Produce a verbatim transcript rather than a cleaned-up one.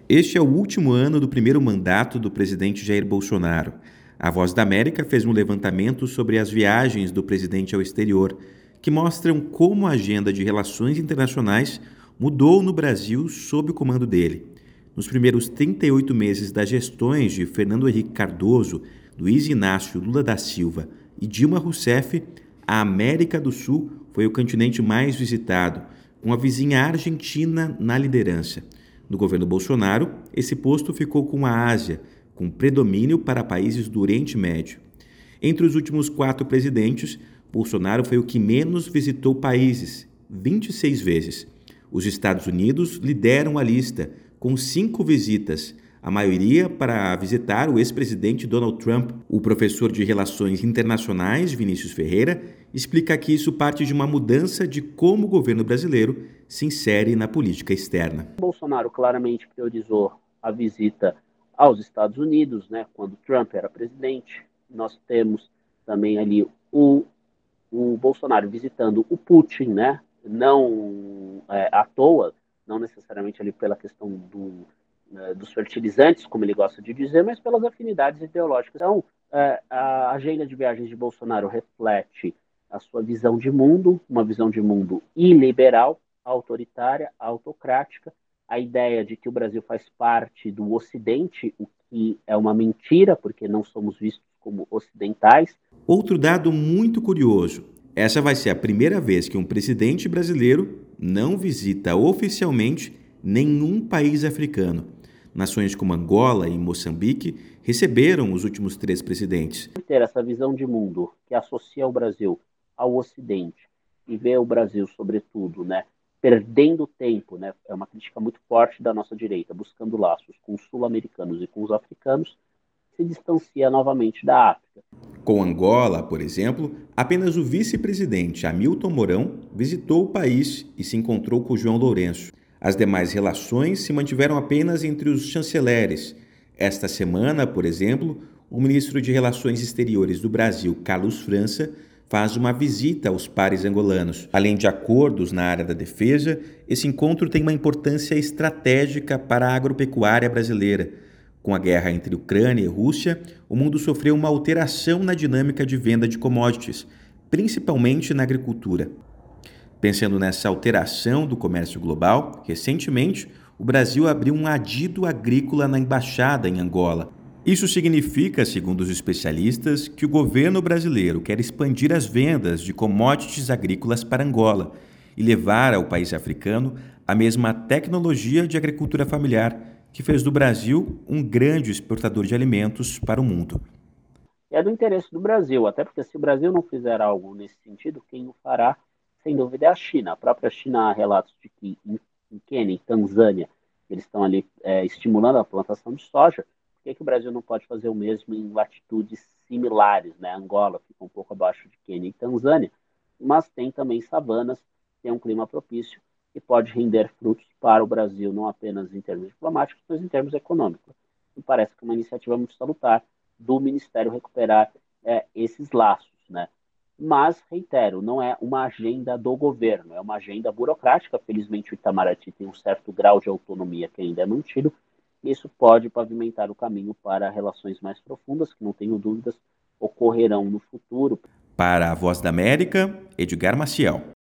Este é o último ano do primeiro mandato do presidente Jair Bolsonaro. A Voz da América fez um levantamento sobre as viagens do presidente ao exterior, que mostram como a agenda de relações internacionais mudou no Brasil sob o comando dele. Nos primeiros trinta e oito meses das gestões de Fernando Henrique Cardoso, Luiz Inácio Lula da Silva e Dilma Rousseff, a América do Sul foi o continente mais visitado, com a vizinha Argentina na liderança. No governo Bolsonaro, esse posto ficou com a Ásia, com predomínio para países do Oriente Médio. Entre os últimos quatro presidentes, Bolsonaro foi o que menos visitou países, vinte e seis vezes. Os Estados Unidos lideram a lista, com cinco visitas, a maioria para visitar o ex-presidente Donald Trump. O professor de Relações Internacionais, Vinícius Ferreira, explica que isso parte de uma mudança de como o governo brasileiro se insere na política externa. Bolsonaro claramente priorizou a visita aos Estados Unidos, né, quando Trump era presidente. Nós temos também ali o, o Bolsonaro visitando o Putin, né, não é, à toa, não necessariamente ali pela questão do, né, dos fertilizantes, como ele gosta de dizer, mas pelas afinidades ideológicas. Então, é, a agenda de viagens de Bolsonaro reflete a sua visão de mundo, uma visão de mundo iliberal, autoritária, autocrática, a ideia de que o Brasil faz parte do Ocidente, o que é uma mentira, porque não somos vistos como ocidentais. Outro dado muito curioso: essa vai ser a primeira vez que um presidente brasileiro não visita oficialmente nenhum país africano. Nações como Angola e Moçambique receberam os últimos três presidentes. Ter essa visão de mundo que associa o Brasil ao Ocidente e vê o Brasil, sobretudo, né, perdendo tempo, né, é uma crítica muito forte da nossa direita, buscando laços com os sul-americanos e com os africanos, se distancia novamente da África. Com Angola, por exemplo, apenas o vice-presidente Hamilton Mourão visitou o país e se encontrou com João Lourenço. As demais relações se mantiveram apenas entre os chanceleres. Esta semana, por exemplo, o ministro de Relações Exteriores do Brasil, Carlos França, faz uma visita aos pares angolanos. Além de acordos na área da defesa, esse encontro tem uma importância estratégica para a agropecuária brasileira. Com a guerra entre Ucrânia e Rússia, o mundo sofreu uma alteração na dinâmica de venda de commodities, principalmente na agricultura. Pensando nessa alteração do comércio global, recentemente, o Brasil abriu um adido agrícola na embaixada em Angola. Isso significa, segundo os especialistas, que o governo brasileiro quer expandir as vendas de commodities agrícolas para Angola e levar ao país africano a mesma tecnologia de agricultura familiar que fez do Brasil um grande exportador de alimentos para o mundo. É do interesse do Brasil, até porque se o Brasil não fizer algo nesse sentido, quem o fará, sem dúvida, é a China. A própria China há relatos de que em, em Quênia, em Tanzânia, eles estão ali é, estimulando a plantação de soja. Por que, que o Brasil não pode fazer o mesmo em latitudes similares, né? Angola fica um pouco abaixo de Quênia e Tanzânia, mas tem também savanas, tem um clima propício e pode render frutos para o Brasil, não apenas em termos diplomáticos, mas em termos econômicos. E parece que é uma iniciativa muito salutar do Ministério recuperar é, esses laços, né? Mas, reitero, não é uma agenda do governo, é uma agenda burocrática. Felizmente, o Itamaraty tem um certo grau de autonomia que ainda é mantido. Isso pode pavimentar o caminho para relações mais profundas, que não tenho dúvidas, ocorrerão no futuro. Para a Voz da América, Edgar Maciel.